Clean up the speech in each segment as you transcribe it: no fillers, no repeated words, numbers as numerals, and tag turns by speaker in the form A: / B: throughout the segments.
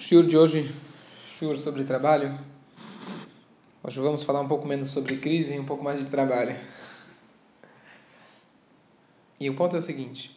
A: Shiur de hoje, shiur sobre trabalho. Hoje vamos falar um pouco menos sobre crise e um pouco mais de trabalho. E o ponto é o seguinte.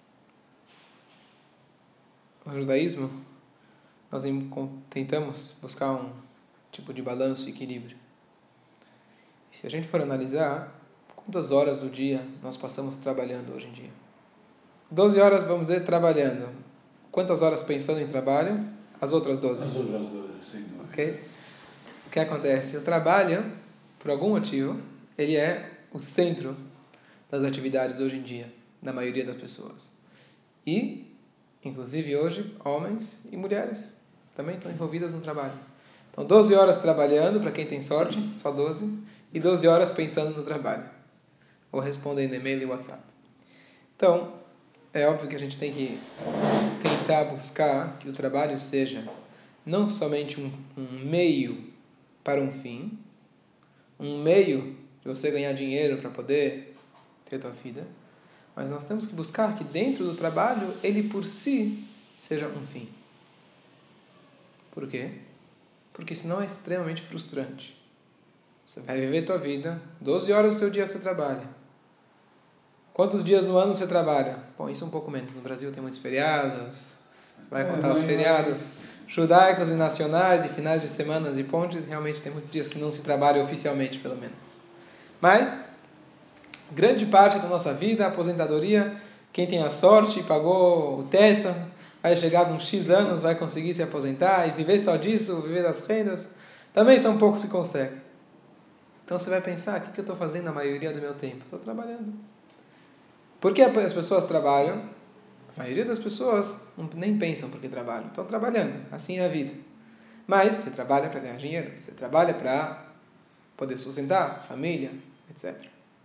A: No judaísmo, nós tentamos buscar um tipo de balanço e equilíbrio. E se a gente for analisar, quantas horas do dia nós passamos trabalhando hoje em dia? 12 horas, vamos dizer, trabalhando. Quantas horas pensando em trabalho? As outras 12.
B: As outras 12, sim.
A: Ok? O que acontece? O trabalho, por algum motivo, ele é o centro das atividades hoje em dia, da maioria das pessoas. E, inclusive hoje, homens e mulheres também estão envolvidas no trabalho. Então, 12 horas trabalhando, para quem tem sorte, só 12, e 12 horas pensando no trabalho. Ou respondendo e-mail e WhatsApp. Então, é óbvio que a gente tem que tentar buscar que o trabalho seja não somente um meio para um fim, um meio de você ganhar dinheiro para poder ter tua vida, mas nós temos que buscar que dentro do trabalho, ele por si seja um fim. Por quê? Porque senão é extremamente frustrante. Você vai viver tua vida, 12 horas do seu dia você trabalha. Quantos dias no ano você trabalha? Bom, isso é um pouco menos. No Brasil tem muitos feriados. Você vai contar os feriados judaicos e nacionais e finais de semanas e pontes. Realmente tem muitos dias que não se trabalha oficialmente, pelo menos. Mas, grande parte da nossa vida, a aposentadoria, quem tem a sorte e pagou o teto, vai chegar com X anos, vai conseguir se aposentar e viver só disso, viver das rendas. Também são poucos que conseguem. Então você vai pensar, o que eu estou fazendo a maioria do meu tempo? Estou trabalhando. Por que as pessoas trabalham? A maioria das pessoas nem pensam porque trabalham. Estão trabalhando. Assim é a vida. Mas você trabalha para ganhar dinheiro. Você trabalha para poder sustentar a família, etc.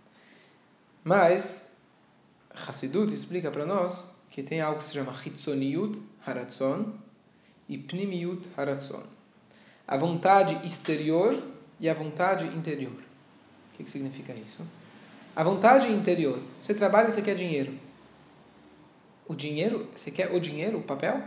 A: Mas Hassidut explica para nós que tem algo que se chama Hitzoniyut Haratzon e Pnimiyut Haratzon. A vontade exterior e a vontade interior. O que significa isso? A vontade interior. Você trabalha e você quer dinheiro. O dinheiro, você quer o dinheiro, o papel?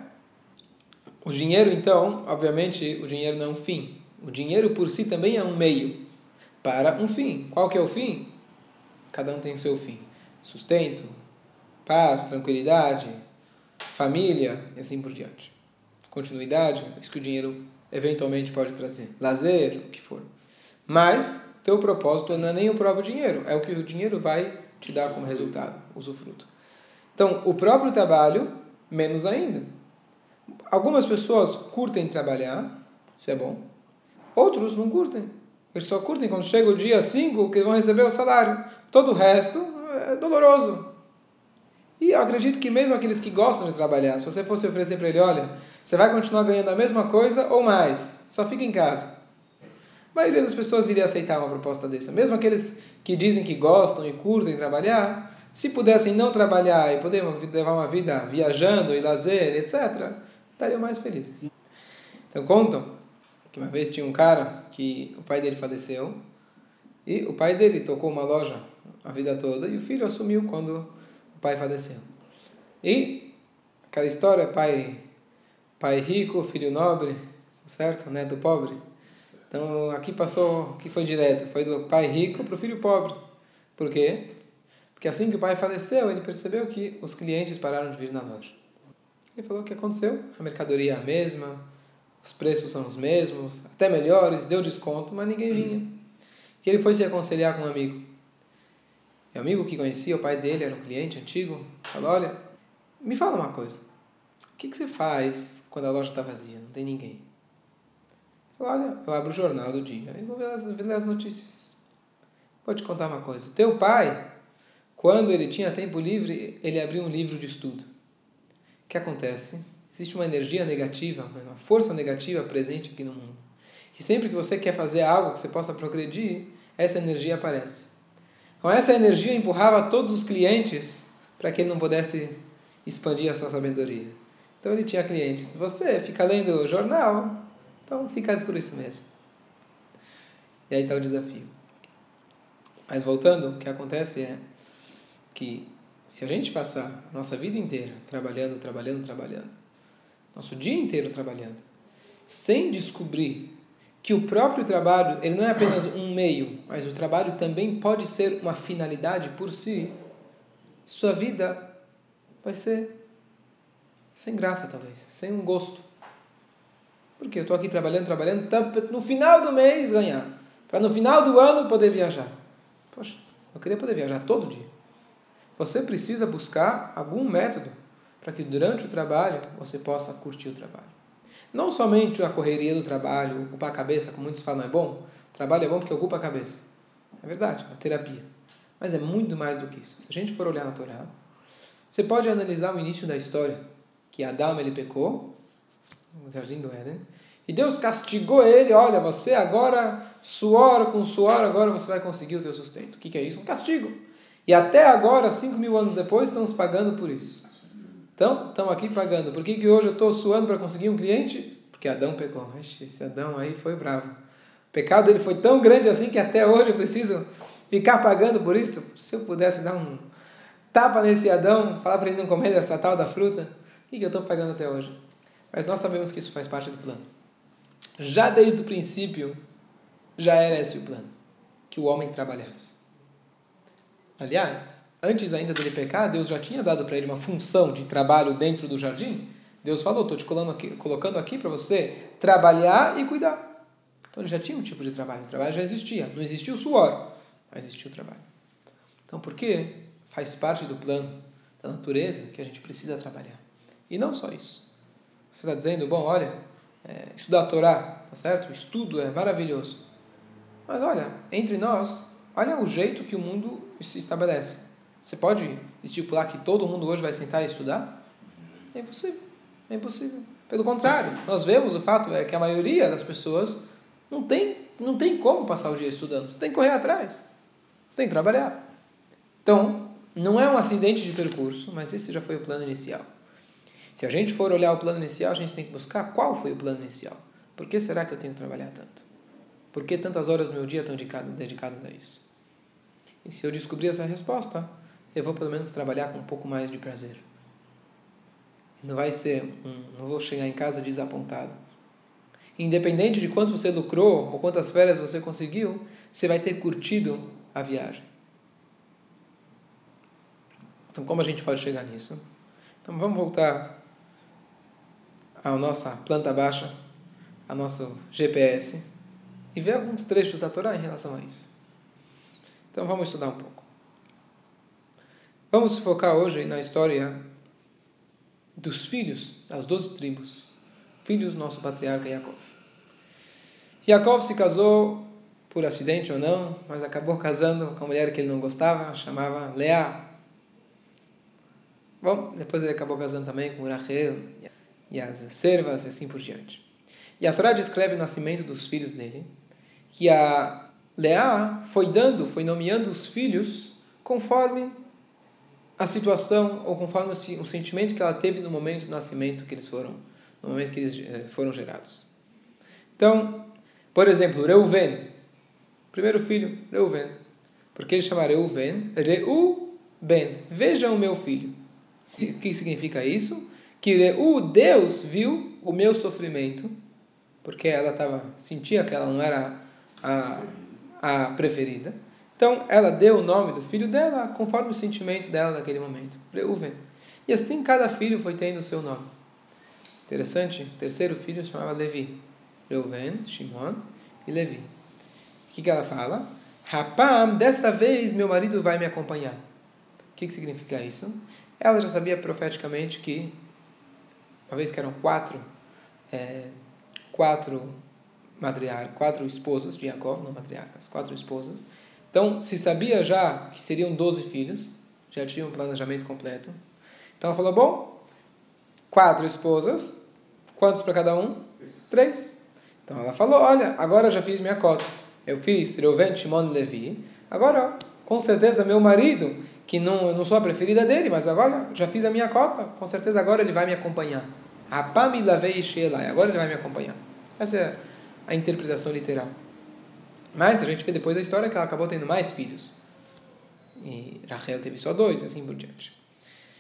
A: O dinheiro, então, obviamente, o dinheiro não é um fim. O dinheiro por si também é um meio para um fim. Qual que é o fim? Cada um tem o seu fim. Sustento, paz, tranquilidade, família e assim por diante. Continuidade, isso que o dinheiro eventualmente pode trazer. Lazer, o que for. Mas teu propósito não é nem o próprio dinheiro, é o que o dinheiro vai te dar como resultado, usufruto. Então, o próprio trabalho, menos ainda. Algumas pessoas curtem trabalhar, isso é bom. Outros não curtem. Eles só curtem quando chega o dia 5 que vão receber o salário. Todo o resto é doloroso. E eu acredito que mesmo aqueles que gostam de trabalhar, se você fosse oferecer para ele, olha, você vai continuar ganhando a mesma coisa ou mais, só fica em casa. A maioria das pessoas iria aceitar uma proposta dessa. Mesmo aqueles que dizem que gostam e curtem trabalhar, se pudessem não trabalhar e poder levar uma vida viajando e lazer, etc., estariam mais felizes. Então contam que uma vez tinha um cara que o pai dele faleceu e o pai dele tocou uma loja a vida toda e o filho assumiu quando o pai faleceu. E aquela história, pai rico, filho nobre, certo? Neto pobre. Então, aqui passou, que foi direto, foi do pai rico para o filho pobre. Por quê? Porque assim que o pai faleceu, ele percebeu que os clientes pararam de vir na loja. Ele falou o que aconteceu, a mercadoria é a mesma, os preços são os mesmos, até melhores, deu desconto, mas ninguém vinha. E ele foi se aconselhar com um amigo. E o amigo que conhecia, o pai dele era um cliente antigo, falou, olha, me fala uma coisa, o que você faz quando a loja está vazia, não tem ninguém? Olha, eu abro o jornal do dia e vou ver as notícias. Vou te contar uma coisa. O teu pai, quando ele tinha tempo livre, ele abria um livro de estudo. O que acontece? Existe uma energia negativa, uma força negativa presente aqui no mundo. Que sempre que você quer fazer algo que você possa progredir, essa energia aparece. Então essa energia empurrava todos os clientes para que ele não pudesse expandir a sua sabedoria. Então ele tinha clientes. Você fica lendo o jornal, então fica por isso mesmo. E aí está o desafio. Mas voltando, o que acontece é que se a gente passar a nossa vida inteira trabalhando, nosso dia inteiro trabalhando, sem descobrir que o próprio trabalho, ele não é apenas um meio, mas o trabalho também pode ser uma finalidade por si, sua vida vai ser sem graça, talvez, sem um gosto. Porque eu estou aqui trabalhando, no final do mês ganhar, para no final do ano poder viajar. Poxa, eu queria poder viajar todo dia. Você precisa buscar algum método para que durante o trabalho você possa curtir o trabalho. Não somente a correria do trabalho, ocupar a cabeça, como muitos falam, é bom. O trabalho é bom porque ocupa a cabeça. É verdade, é terapia. Mas é muito mais do que isso. Se a gente for olhar na Torá, você pode analisar o início da história, que Adão ele pecou, no jardim do Éden, e Deus castigou ele, olha, você agora, suor com suor, agora você vai conseguir o teu sustento. O que é isso? Um castigo. E até agora, 5.000 anos depois, estamos pagando por isso. Então, estamos aqui pagando. Por que hoje eu estou suando para conseguir um cliente? Porque Adão pecou. Esse Adão aí foi bravo. O pecado dele foi tão grande assim que até hoje eu preciso ficar pagando por isso. Se eu pudesse dar um tapa nesse Adão, falar para ele não comer essa tal da fruta, o que eu estou pagando até hoje? Mas nós sabemos que isso faz parte do plano. Já desde o princípio, já era esse o plano. Que o homem trabalhasse. Aliás, antes ainda dele pecar, Deus já tinha dado para ele uma função de trabalho dentro do jardim. Deus falou, estou te colocando aqui para você trabalhar e cuidar. Então ele já tinha um tipo de trabalho. O trabalho já existia. Não existia o suor, mas existia o trabalho. Então por que faz parte do plano da natureza que a gente precisa trabalhar? E não só isso. Você está dizendo, bom, olha, estudar a Torá, tá certo? O estudo é maravilhoso. Mas olha, entre nós, olha o jeito que o mundo se estabelece. Você pode estipular que todo mundo hoje vai sentar e estudar? É impossível. É impossível. Pelo contrário, nós vemos o fato é que a maioria das pessoas não tem como passar o dia estudando. Você tem que correr atrás. Você tem que trabalhar. Então, não é um acidente de percurso, mas esse já foi o plano inicial. Se a gente for olhar o plano inicial, a gente tem que buscar qual foi o plano inicial. Por que será que eu tenho que trabalhar tanto? Por que tantas horas do meu dia estão dedicadas a isso? E se eu descobrir essa resposta, eu vou pelo menos trabalhar com um pouco mais de prazer. Não vou chegar em casa desapontado. Independente de quanto você lucrou ou quantas férias você conseguiu, você vai ter curtido a viagem. Então, como a gente pode chegar nisso? Então, vamos voltar à nossa planta baixa, ao nosso GPS, e ver alguns trechos da Torá em relação a isso. Então, vamos estudar um pouco. Vamos focar hoje na história dos filhos, das 12 tribos, filhos do nosso patriarca Yaakov. Yaakov se casou por acidente ou não, mas acabou casando com a mulher que ele não gostava, chamava Leá. Bom, depois ele acabou casando também com Rachel e as servas e assim por diante. E a Torá descreve o nascimento dos filhos dele, que a Leá foi nomeando os filhos conforme a situação ou conforme o sentimento que ela teve no momento do nascimento no momento que eles foram gerados. Então, por exemplo, Reuven, primeiro filho, Reuven. Por que ele chama Reuven? Reuben, veja o meu filho. O que significa isso? Que Deus viu o meu sofrimento, porque ela sentia que ela não era a preferida. Então, ela deu o nome do filho dela conforme o sentimento dela naquele momento. Reuven. E assim cada filho foi tendo o seu nome. Interessante, o terceiro filho se chamava Levi. Reuven, Shimon e Levi. O que ela fala? Rapam, desta vez meu marido vai me acompanhar. O que significa isso? Ela já sabia profeticamente que, uma vez que eram quatro esposas de Yaakov, não matriarcas, 4 esposas. Então, se sabia já que seriam 12 filhos, já tinha um planejamento completo. Então, ela falou, bom, 4 esposas, quantos para cada um? 3. Então, ela falou, olha, agora eu já fiz minha cota. Eu fiz Reuven, Shimon e Levi. Agora, com certeza, meu marido, que eu não sou a preferida dele, mas agora já fiz a minha cota, com certeza agora ele vai me acompanhar. Agora ele vai me acompanhar. Essa é a interpretação literal. Mas a gente vê depois da história que ela acabou tendo mais filhos. E Rachel teve só 2, e assim por diante.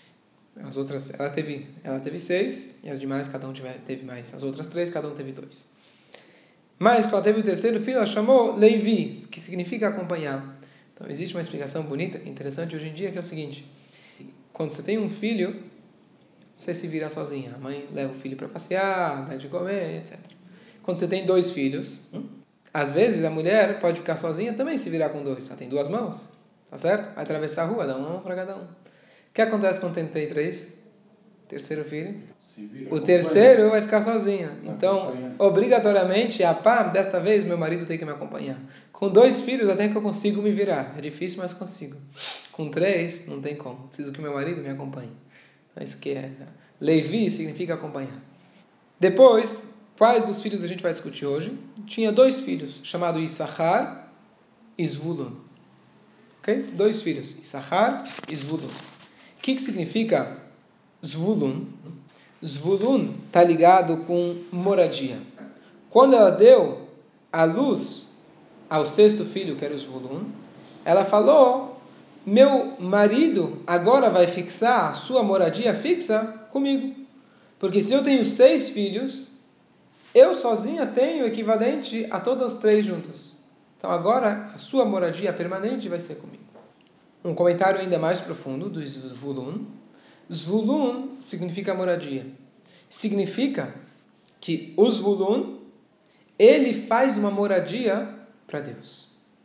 A: As outras, ela teve 6, e as demais cada um teve mais. As outras 3, cada um teve 2. Mas, quando ela teve o terceiro filho, ela chamou Levi, que significa acompanhar. Então, existe uma explicação bonita, interessante hoje em dia, que é o seguinte. Quando você tem um filho, você se vira sozinha. A mãe leva o filho para passear, dá de comer, etc. Quando você tem 2 filhos, às vezes a mulher pode ficar sozinha também se virar com 2. Ela tem 2 mãos, tá certo? Vai atravessar a rua, dá uma mão para cada um. O que acontece quando tem 3? Terceiro filho? O terceiro vai ficar sozinha. Então, obrigatoriamente, desta vez meu marido tem que me acompanhar. Com 2 filhos até que eu consigo me virar. É difícil, mas consigo. Com 3, não tem como. Preciso que meu marido me acompanhe. Então, isso que é... Levi significa acompanhar. Depois, quais dos filhos a gente vai discutir hoje? Tinha 2 filhos, chamados Issachar e Zvulun. Ok? 2 filhos, Issachar e Zvulun. O que significa Zvulun? Zvulun está ligado com moradia. Quando ela deu a luz ao 6º filho, que era o Zvulun, ela falou, meu marido agora vai fixar a sua moradia fixa comigo. Porque se eu tenho 6 filhos, eu sozinha tenho o equivalente a todas as 3 juntas. Então agora a sua moradia permanente vai ser comigo. Um comentário ainda mais profundo do Zvulun. Zvulun significa moradia. Significa que o Zvulun, ele faz uma moradia para Deus.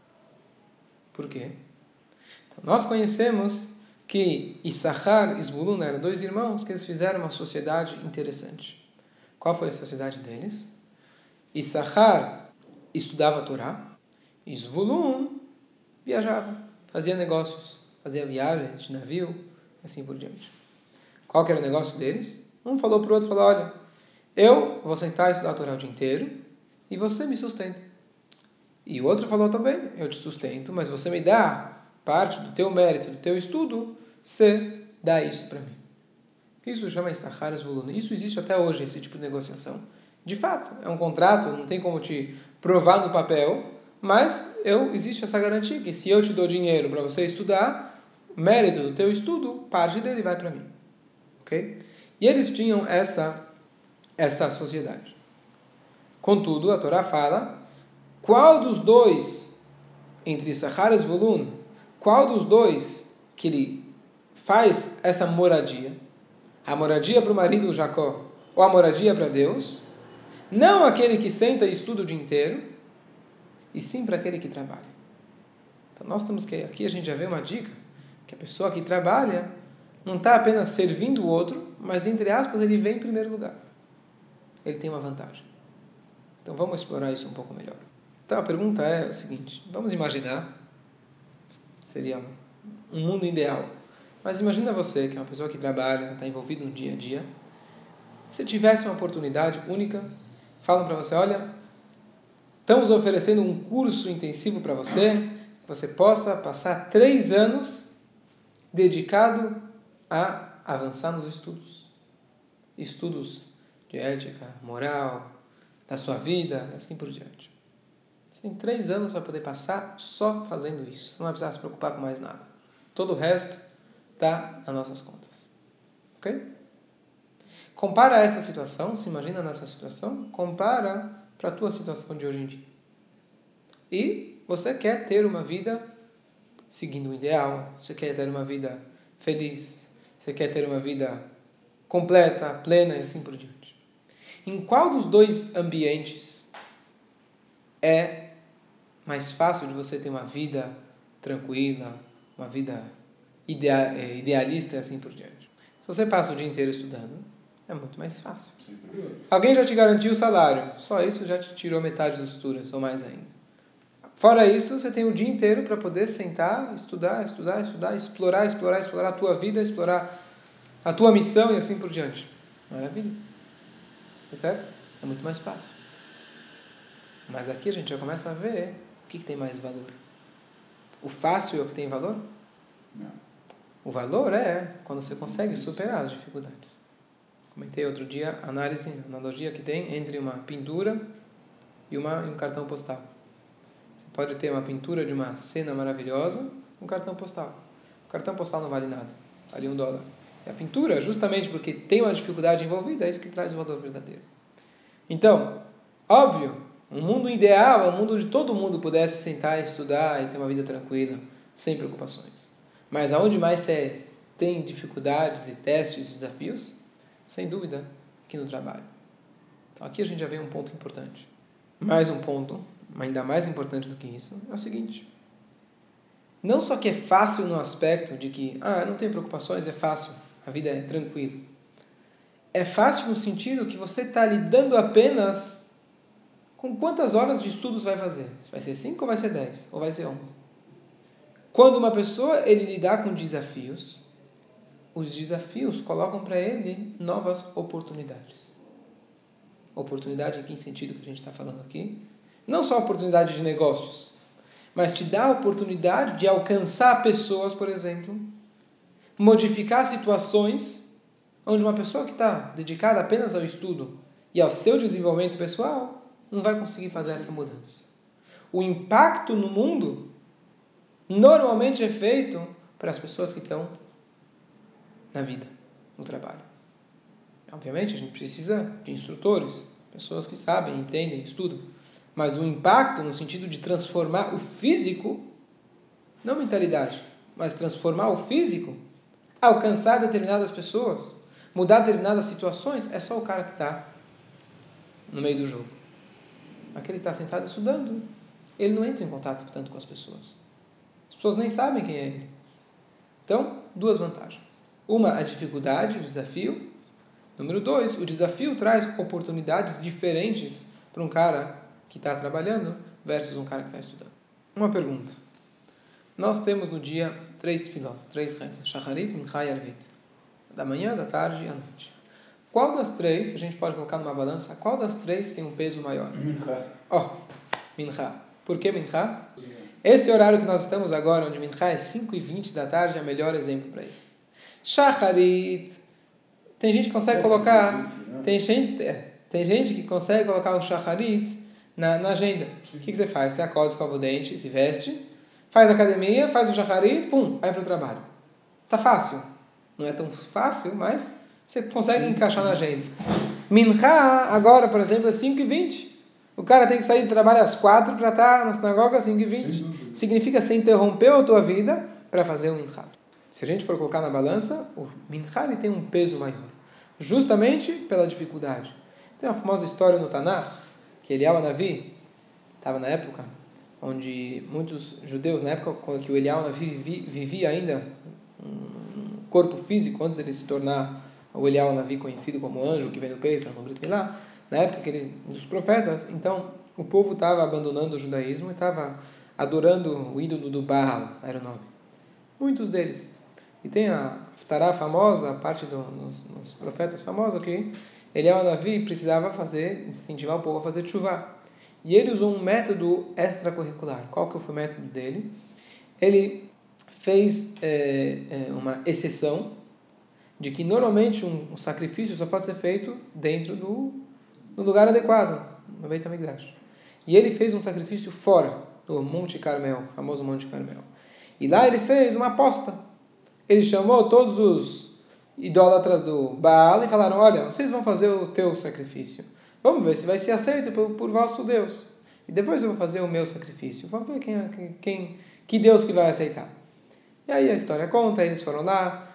A: Por quê? Então, nós conhecemos que Issachar e Zvulun eram 2 irmãos que eles fizeram uma sociedade interessante. Qual foi a sociedade deles? Issachar estudava a Torá e Zvulun viajava, fazia negócios, fazia viagens de navio, assim por diante. Qual que era o negócio deles? Um falou para o outro, olha, eu vou sentar e estudar a Torá o dia inteiro e você me sustenta. E o outro falou também, eu te sustento, mas você me dá parte do teu mérito, do teu estudo, você dá isso para mim. Isso chama Issachar e Zvulun. Isso existe até hoje, esse tipo de negociação. De fato, é um contrato, não tem como te provar no papel, mas existe essa garantia que se eu te dou dinheiro para você estudar, mérito do teu estudo, parte dele vai para mim. Ok? E eles tinham essa sociedade. Contudo, a Torá fala, qual dos 2, entre Issachar e Zvulun, qual dos 2 que ele faz essa moradia? A moradia para o marido Jacó, ou a moradia para Deus? Não aquele que senta e estuda o dia inteiro, e sim para aquele que trabalha. Então nós temos que, aqui a gente já vê uma dica, que a pessoa que trabalha não está apenas servindo o outro, mas, entre aspas, ele vem em primeiro lugar. Ele tem uma vantagem. Então vamos explorar isso um pouco melhor. Então a pergunta é o seguinte, vamos imaginar, seria um mundo ideal, mas imagina você, que é uma pessoa que trabalha, está envolvido no dia a dia, se tivesse uma oportunidade única, falam para você, olha, estamos oferecendo um curso intensivo para você, que você possa passar 3 anos dedicado a avançar nos estudos. Estudos de ética, moral, da sua vida, e assim por diante. Você tem 3 anos para poder passar só fazendo isso. Você não vai precisar se preocupar com mais nada. Todo o resto está nas nossas contas. Ok? Compara essa situação, se imagina nessa situação, compara para a tua situação de hoje em dia. E você quer ter uma vida seguindo o ideal, você quer ter uma vida feliz, você quer ter uma vida completa, plena e assim por diante. Em qual dos 2 ambientes é mais fácil de você ter uma vida tranquila, uma vida idealista e assim por diante? Se você passa o dia inteiro estudando, é muito mais fácil. Alguém já te garantiu o salário, só isso já te tirou metade dos estudos, ou mais ainda. Fora isso, você tem o dia inteiro para poder sentar, estudar, explorar a tua vida, explorar a tua missão e assim por diante. Maravilha. Tá certo? É muito mais fácil. Mas aqui a gente já começa a ver o que tem mais valor. O fácil é o que tem valor? Não. O valor é quando você consegue superar as dificuldades. Comentei outro dia a analogia que tem entre uma pintura e um cartão postal. Você pode ter uma pintura de uma cena maravilhosa, um cartão postal. O cartão postal não vale nada, vale $1. E a pintura, justamente porque tem uma dificuldade envolvida, é isso que traz o valor verdadeiro. Então, óbvio, um mundo ideal é um mundo onde todo mundo pudesse sentar e estudar e ter uma vida tranquila, sem preocupações. Mas aonde mais você tem dificuldades e testes e desafios? Sem dúvida, aqui no trabalho. Então aqui a gente já vê um ponto importante. Mais um ponto, ainda mais importante do que isso, é o seguinte. Não só que é fácil no aspecto de que, não tem preocupações, é fácil, a vida é tranquila. É fácil no sentido que você está lidando apenas com quantas horas de estudos vai fazer. Vai ser 5 ou vai ser 10? Ou vai ser 11? Quando uma pessoa ele lidar com desafios, os desafios colocam para ele novas oportunidades. Oportunidade em que sentido que a gente está falando aqui? Não só oportunidade de negócios, mas te dá a oportunidade de alcançar pessoas, por exemplo, modificar situações onde uma pessoa que está dedicada apenas ao estudo e ao seu desenvolvimento pessoal não vai conseguir fazer essa mudança. O impacto no mundo normalmente é feito para as pessoas que estão na vida, no trabalho. Obviamente, a gente precisa de instrutores, pessoas que sabem, entendem, estudam. Mas o impacto no sentido de transformar o físico, não mentalidade, mas transformar o físico, alcançar determinadas pessoas, mudar determinadas situações, é só o cara que está no meio do jogo. Aquele que está sentado estudando, ele não entra em contato tanto com as pessoas. As pessoas nem sabem quem é ele. Então, 2 vantagens. Uma, a dificuldade, o desafio. Número 2, o desafio traz oportunidades diferentes para um cara que está trabalhando versus um cara que está estudando. Uma pergunta. Nós temos no dia 3 tefilot, 3 rezas. Shacharit, Mincha e Arvit. Da manhã, da tarde e à noite. Qual das 3, a gente pode colocar numa balança, qual das 3 tem um peso maior?
B: Mincha.
A: Mincha. Por que Mincha? Esse horário que nós estamos agora, onde Mincha é 5h20 da tarde, é o melhor exemplo para isso. Shacharit. Tem gente que consegue colocar... Tem gente que consegue colocar o Shacharit na agenda. O que você faz? Você acorda, escova o dente, se veste, faz academia, faz o Shacharit, vai para o trabalho. Tá fácil. Não é tão fácil, mas você consegue encaixar na agenda. Mincha, agora, por exemplo, é 5h20. O cara tem que sair do trabalho às 4 para estar na sinagoga às 5h20. Significa você interrompeu a tua vida para fazer o Mincha. Se a gente for colocar na balança, o Mincha ele tem um peso maior. Justamente pela dificuldade. Tem uma famosa história no Tanakh, que Eliyahu Navi estava na época onde muitos judeus, na época que o Eliyahu Navi vivia ainda um corpo físico, antes de ele se tornar o Eliyahu Navi conhecido como anjo, que vem no Pesach, no Brit Milá, na época dos profetas, então o povo estava abandonando o judaísmo e estava adorando o ídolo do Baal, era o nome. Muitos deles. E tem a Haftarah famosa, a parte dos profetas famosa, que Eliyahu Navi precisava incentivar o povo a fazer teshuvah. E ele usou um método extracurricular. Qual que foi o método dele? Ele fez uma exceção de que normalmente um sacrifício só pode ser feito dentro do lugar adequado, no Beit HaMikdash. E ele fez um sacrifício fora do Monte Carmel, famoso Monte Carmel. E lá ele fez uma aposta. Ele chamou todos os idólatras do Baal e falaram, olha, vocês vão fazer o teu sacrifício. Vamos ver se vai ser aceito por vosso Deus. E depois eu vou fazer o meu sacrifício. Vamos ver que Deus que vai aceitar. E aí a história conta, eles foram lá,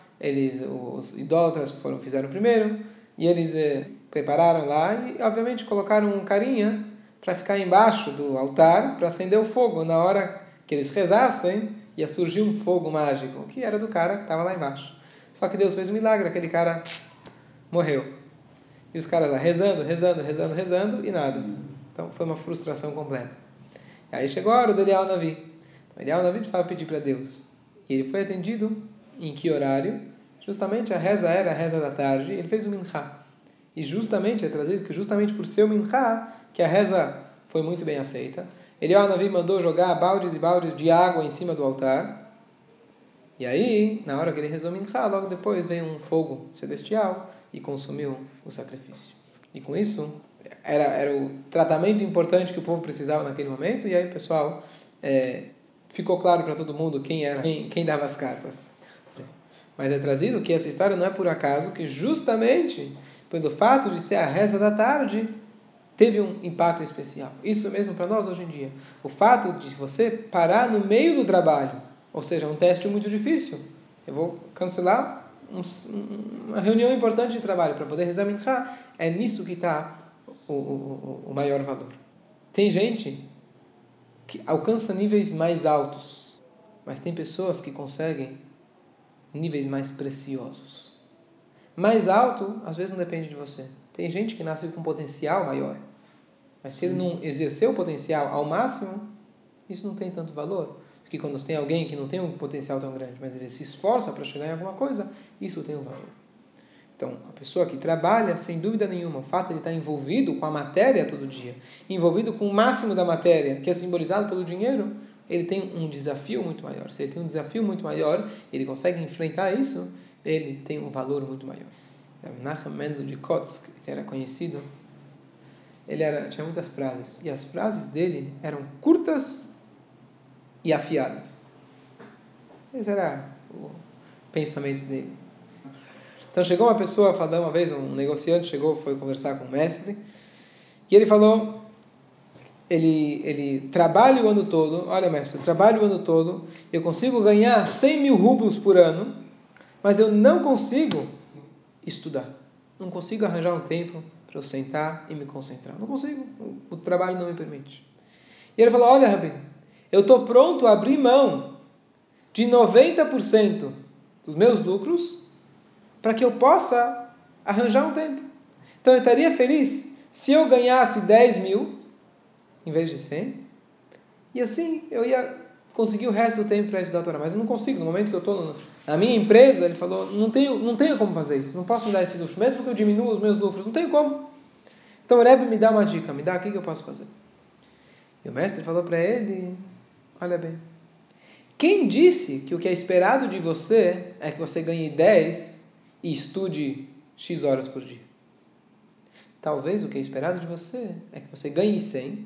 A: os idólatras fizeram primeiro, e eles prepararam lá e, obviamente, colocaram um carinha para ficar embaixo do altar, para acender o fogo. Na hora que eles rezassem, ia surgir um fogo mágico, que era do cara que estava lá embaixo. Só que Deus fez um milagre, aquele cara morreu. E os caras lá rezando, e nada. Então foi uma frustração completa. E aí chegou a hora do Eliyahu Navi. Então Eliyahu Navi precisava pedir para Deus. E ele foi atendido em que horário? Justamente a reza era a reza da tarde, ele fez o Mincha. E justamente, é trazido que justamente por ser o Mincha, que a reza foi muito bem aceita. Eliyahu Navi mandou jogar baldes e baldes de água em cima do altar. E aí, na hora que ele rezou Mincha, logo depois veio um fogo celestial e consumiu o sacrifício. E com isso, era o tratamento importante que o povo precisava naquele momento. E aí, pessoal, ficou claro para todo mundo quem dava as cartas. Mas é trazido que essa história não é por acaso, que justamente pelo fato de ser a reza da tarde, teve um impacto especial. Isso mesmo para nós hoje em dia. O fato de você parar no meio do trabalho, ou seja, um teste muito difícil. Eu vou cancelar uma reunião importante de trabalho para poder rezar Minchá. É nisso que está o maior valor. Tem gente que alcança níveis mais altos, mas tem pessoas que conseguem níveis mais preciosos. Mais alto, às vezes não depende de você. Tem gente que nasce com um potencial maior, mas se ele não exercer o potencial ao máximo, isso não tem tanto valor. Porque quando tem alguém que não tem um potencial tão grande, mas ele se esforça para chegar em alguma coisa, isso tem um valor. Então, a pessoa que trabalha, sem dúvida nenhuma, o fato de ele estar envolvido com a matéria todo dia, envolvido com o máximo da matéria, que é simbolizado pelo dinheiro, ele tem um desafio muito maior. Se ele tem um desafio muito maior, ele consegue enfrentar isso, ele tem um valor muito maior. Menachem Mendel de Kotsk, que era conhecido, tinha muitas frases, e as frases dele eram curtas e afiadas. Esse era o pensamento dele. Então chegou uma pessoa, falou uma vez, um negociante foi conversar com o mestre, e ele falou, ele trabalha o ano todo, olha mestre, eu trabalho o ano todo, eu consigo ganhar 100 mil rublos por ano, mas eu não consigo estudar. Não consigo arranjar um tempo para eu sentar e me concentrar. Não consigo. O trabalho não me permite. E ele falou, olha, Rabino, eu estou pronto a abrir mão de 90% dos meus lucros para que eu possa arranjar um tempo. Então eu estaria feliz se eu ganhasse 10 mil em vez de 100. E assim eu ia conseguir o resto do tempo para estudar a Torá. Mas eu não consigo. No momento que eu estou na minha empresa, ele falou, não tenho como fazer isso. Não posso me dar esse luxo. Mesmo que eu diminua os meus lucros, não tenho como. Então o Rebbe me dá uma dica. Me dá o que eu posso fazer. E o mestre falou para ele, olha bem, quem disse que o que é esperado de você é que você ganhe 10 e estude X horas por dia? Talvez o que é esperado de você é que você ganhe 100,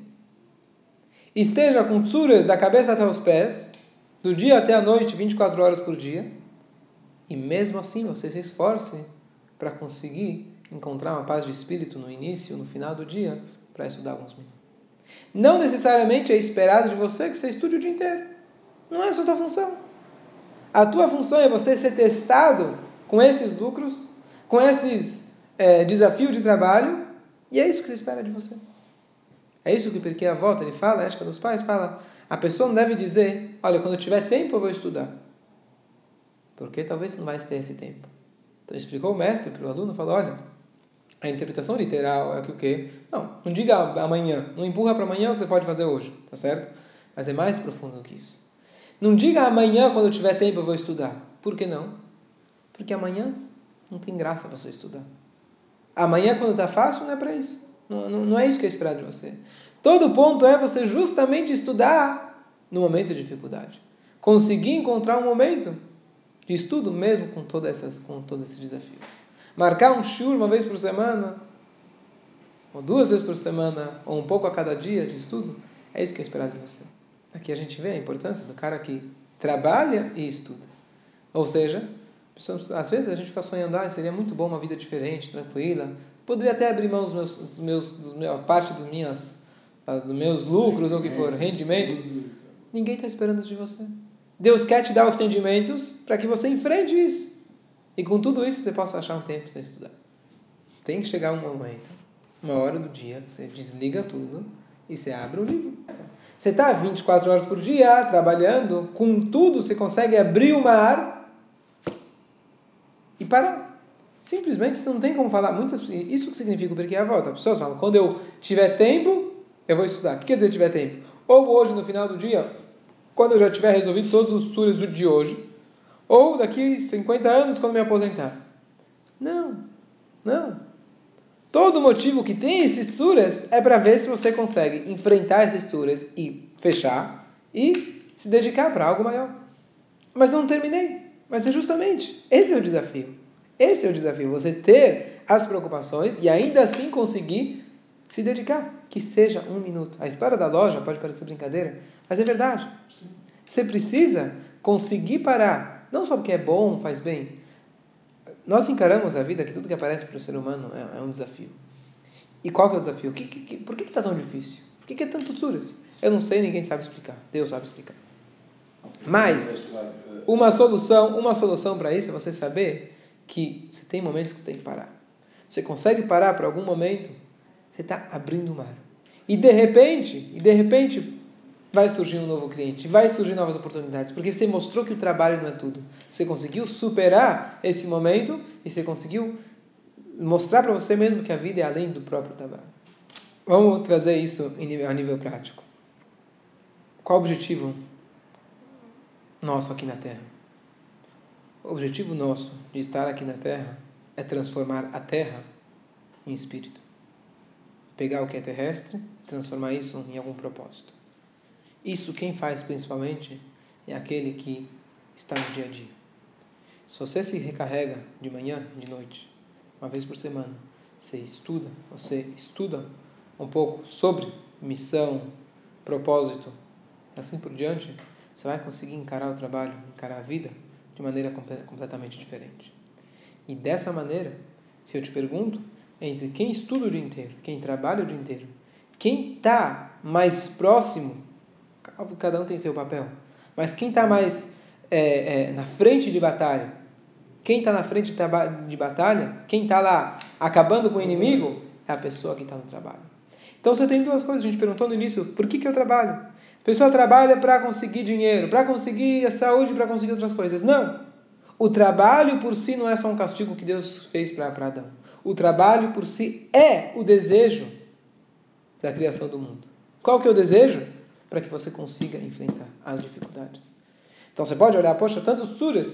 A: esteja com tsuras da cabeça até os pés, do dia até a noite, 24 horas por dia, e mesmo assim você se esforce para conseguir encontrar uma paz de espírito no início, no final do dia, para estudar alguns minutos. Não necessariamente é esperado de você que você estude o dia inteiro. Não é essa a tua função. A tua função é você ser testado com esses lucros, com esses desafios de trabalho, e é isso que se espera de você. É isso que o Pirkei Avot, ele fala, a ética dos pais, fala, a pessoa não deve dizer, olha, quando eu tiver tempo eu vou estudar. Porque talvez você não vai ter esse tempo. Então explicou o mestre para o aluno, falou, olha, a interpretação literal é que o quê? Não diga amanhã, não empurra para amanhã o que você pode fazer hoje, tá certo? Mas é mais profundo do que isso. Não diga amanhã, quando eu tiver tempo, eu vou estudar. Por que não? Porque amanhã não tem graça você estudar. Amanhã, quando está fácil, não é para isso. Não é isso que é esperado de você. Todo ponto é você justamente estudar no momento de dificuldade. Conseguir encontrar um momento de estudo mesmo com todos esses desafios. Marcar um shiur uma vez por semana, ou 2 vezes por semana, ou um pouco a cada dia de estudo, é isso que é esperado de você. Aqui a gente vê a importância do cara que trabalha e estuda. Ou seja, às vezes a gente fica sonhando, seria muito bom uma vida diferente, tranquila, poderia até abrir mão parte dos meus lucros, ou o que for, rendimentos. Ninguém está esperando isso de você. Deus quer te dar os rendimentos para que você enfrente isso. E com tudo isso você possa achar um tempo para estudar. Tem que chegar um momento, uma hora do dia, que você desliga tudo e você abre o livro. Você está 24 horas por dia trabalhando, com tudo você consegue abrir o mar e parar. Simplesmente você não tem como falar. Isso que significa o Pirkei Avot. As pessoas falam, quando eu tiver tempo, eu vou estudar. O que quer dizer tiver tempo? Ou hoje, no final do dia, quando eu já tiver resolvido todos os suras de hoje, ou daqui 50 anos, quando me aposentar. Não. Todo motivo que tem esses suras é para ver se você consegue enfrentar esses suras e fechar e se dedicar para algo maior. Mas eu não terminei. Mas é justamente, esse é o desafio. Esse é o desafio, você ter as preocupações e ainda assim conseguir se dedicar. Que seja 1 minuto. A história da loja pode parecer brincadeira, mas é verdade. Você precisa conseguir parar não só porque é bom, faz bem. Nós encaramos a vida que tudo que aparece para o ser humano é um desafio. E qual que é o desafio? Por que está tão difícil? Por que é tanto tsuras? Eu não sei, ninguém sabe explicar. Deus sabe explicar. Mas, uma solução para isso é você saber que você tem momentos que você tem que parar. Você consegue parar por algum momento, você está abrindo o mar. E de repente, vai surgir um novo cliente, vai surgir novas oportunidades, porque você mostrou que o trabalho não é tudo. Você conseguiu superar esse momento e você conseguiu mostrar para você mesmo que a vida é além do próprio trabalho. Vamos trazer isso a nível prático. Qual o objetivo nosso aqui na Terra? O objetivo nosso de estar aqui na Terra é transformar a Terra em espírito. Pegar o que é terrestre e transformar isso em algum propósito. Isso quem faz principalmente é aquele que está no dia a dia. Se você se recarrega de manhã e de noite, uma vez por semana, você estuda um pouco sobre missão, propósito, assim por diante, você vai conseguir encarar o trabalho, encarar a vida de maneira completamente diferente. E dessa maneira, se eu te pergunto, entre quem estuda o dia inteiro, quem trabalha o dia inteiro, quem está mais próximo, cada um tem seu papel, mas quem está mais na frente de batalha, quem está na frente de batalha, quem está lá acabando com o inimigo, é a pessoa que está no trabalho. Então você tem duas coisas, a gente perguntou no início, por que eu trabalho? A pessoa trabalha para conseguir dinheiro, para conseguir a saúde, para conseguir outras coisas. Não! O trabalho por si não é só um castigo que Deus fez para Adão. O trabalho por si é o desejo da criação do mundo. Qual que é o desejo? Para que você consiga enfrentar as dificuldades. Então você pode olhar, poxa, tantas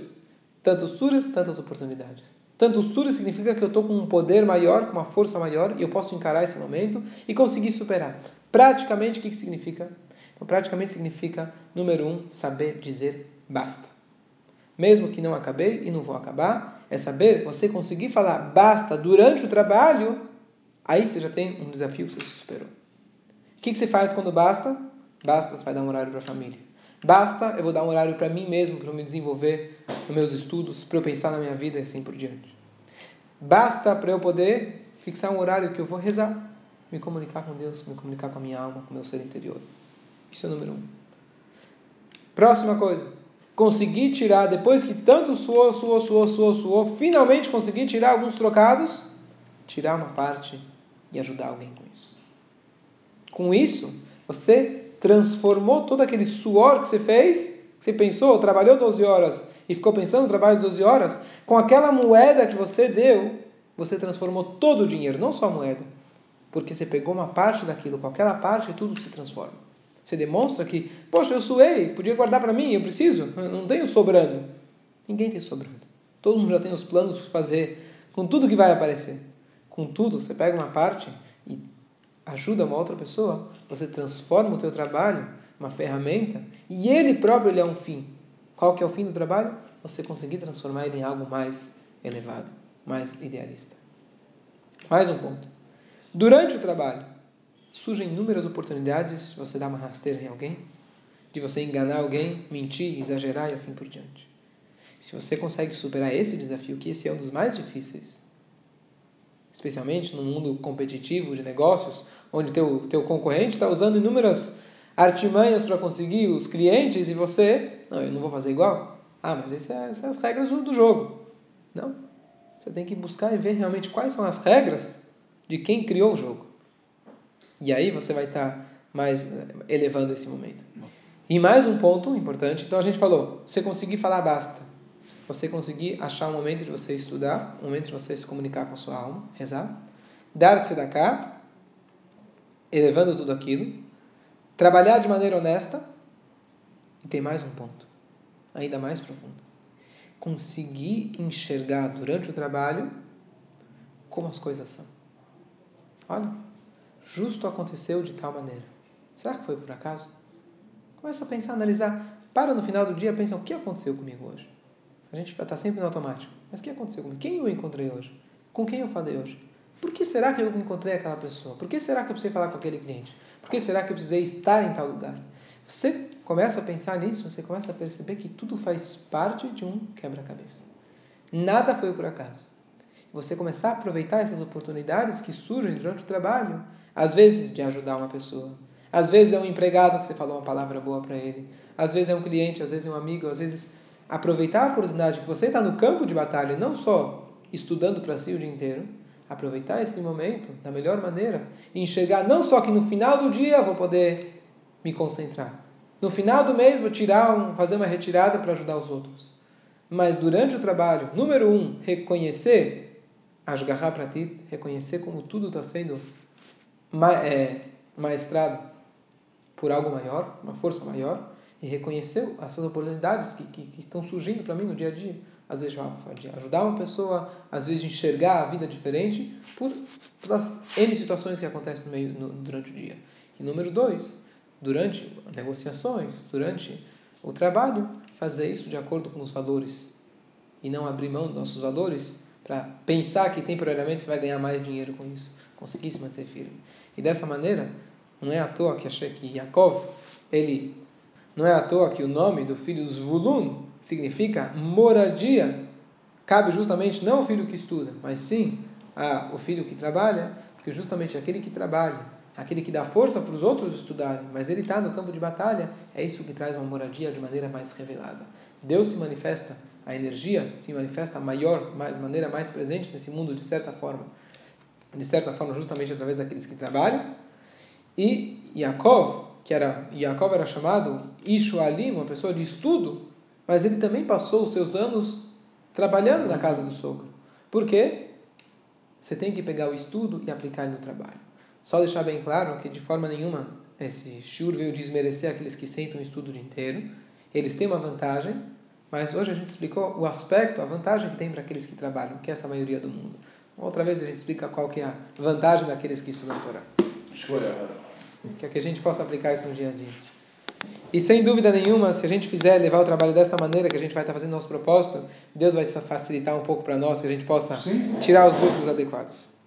A: oportunidades. Tantos suras significa que eu estou com um poder maior, com uma força maior, e eu posso encarar esse momento e conseguir superar. Praticamente, o que significa? Então, praticamente significa, número 1, saber dizer basta. Mesmo que não acabei e não vou acabar, é saber, você conseguir falar basta durante o trabalho, aí você já tem um desafio que você superou. O que você faz quando basta? Basta, você vai dar um horário para a família. Basta, eu vou dar um horário para mim mesmo, para eu me desenvolver nos meus estudos, para eu pensar na minha vida e assim por diante. Basta para eu poder fixar um horário que eu vou rezar, me comunicar com Deus, me comunicar com a minha alma, com o meu ser interior. Isso é o número 1. Próxima coisa. Conseguir tirar, depois que tanto suou, finalmente conseguir tirar alguns trocados, tirar uma parte e ajudar alguém com isso. Com isso, você transformou todo aquele suor que você fez, que você pensou, trabalhou 12 horas e ficou pensando no trabalho de 12 horas, com aquela moeda que você deu, você transformou todo o dinheiro, não só a moeda, porque você pegou uma parte daquilo, com aquela parte e tudo se transforma. Você demonstra que, poxa, eu suei, podia guardar para mim, eu preciso, eu não tenho sobrando. Ninguém tem sobrando. Todo mundo já tem os planos para fazer, com tudo que vai aparecer. Contudo, você pega uma parte e ajuda uma outra pessoa, você transforma o teu trabalho numa ferramenta e ele próprio é um fim. Qual que é o fim do trabalho? Você conseguir transformar ele em algo mais elevado, mais idealista. Mais um ponto. Durante o trabalho, surgem inúmeras oportunidades de você dar uma rasteira em alguém, de você enganar alguém, mentir, exagerar e assim por diante. Se você consegue superar esse desafio, que esse é um dos mais difíceis, especialmente no mundo competitivo de negócios, onde teu concorrente está usando inúmeras artimanhas para conseguir os clientes e você, não, eu não vou fazer igual. Ah, mas essas são as regras do jogo. Não. Você tem que buscar e ver realmente quais são as regras de quem criou o jogo. E aí você vai estar mais elevando esse momento. E mais um ponto importante, então a gente falou, você conseguir falar basta, você conseguir achar um momento de você estudar, um momento de você se comunicar com a sua alma, rezar, dar tzedakah, elevando tudo aquilo, trabalhar de maneira honesta, e tem mais um ponto, ainda mais profundo. Conseguir enxergar durante o trabalho como as coisas são. Olha, justo aconteceu de tal maneira. Será que foi por acaso? Começa a pensar, analisar. Para no final do dia, pensa, o que aconteceu comigo hoje? A gente está sempre no automático. Mas o que aconteceu comigo? Quem eu encontrei hoje? Com quem eu falei hoje? Por que será que eu encontrei aquela pessoa? Por que será que eu precisei falar com aquele cliente? Por que será que eu precisei estar em tal lugar? Você começa a pensar nisso, você começa a perceber que tudo faz parte de um quebra-cabeça. Nada foi por acaso. Você começar a aproveitar essas oportunidades que surgem durante o trabalho, às vezes de ajudar uma pessoa, às vezes é um empregado que você falou uma palavra boa para ele, às vezes é um cliente, às vezes é um amigo, às vezes aproveitar a oportunidade que você está no campo de batalha, não só estudando para si o dia inteiro, aproveitar esse momento da melhor maneira e enxergar não só que no final do dia eu vou poder me concentrar, no final do mês vou fazer uma retirada para ajudar os outros, mas durante o trabalho, número 1, reconhecer Ashgaha Pratit, reconhecer como tudo está sendo maestrado por algo maior, uma força maior, e reconhecer essas oportunidades que estão surgindo para mim no dia a dia. Às vezes de ajudar uma pessoa, às vezes de enxergar a vida diferente, pelas N situações que acontecem durante o dia. E número 2, durante negociações, durante o trabalho, fazer isso de acordo com os valores. E não abrir mão dos nossos valores para pensar que temporariamente você vai ganhar mais dinheiro com isso. Conseguir se manter firme. E dessa maneira, não é à toa que achei que Yaakov, não é à toa que o nome do filho Zvulun significa moradia. Cabe justamente não o filho que estuda, mas sim o filho que trabalha, porque justamente aquele que trabalha, aquele que dá força para os outros estudarem, mas ele está no campo de batalha, é isso que traz uma moradia de maneira mais revelada. Deus se manifesta, a energia se manifesta de maneira mais presente nesse mundo, de certa forma justamente através daqueles que trabalham. E Yaakov era chamado Ishu Alim, uma pessoa de estudo, mas ele também passou os seus anos trabalhando na casa do sogro. Por quê? Você tem que pegar o estudo e aplicar ele no trabalho. Só deixar bem claro que de forma nenhuma esse shur veio desmerecer aqueles que sentam o estudo o dia inteiro. Eles têm uma vantagem, mas hoje a gente explicou o aspecto, a vantagem que tem para aqueles que trabalham, que é essa maioria do mundo. Outra vez a gente explica qual que é a vantagem daqueles que estudam a Torá. Que é que a gente possa aplicar isso no dia a dia. E sem dúvida nenhuma, se a gente fizer levar o trabalho dessa maneira, que a gente vai estar fazendo nosso propósito, Deus vai facilitar um pouco para nós, que a gente possa tirar os lucros adequados.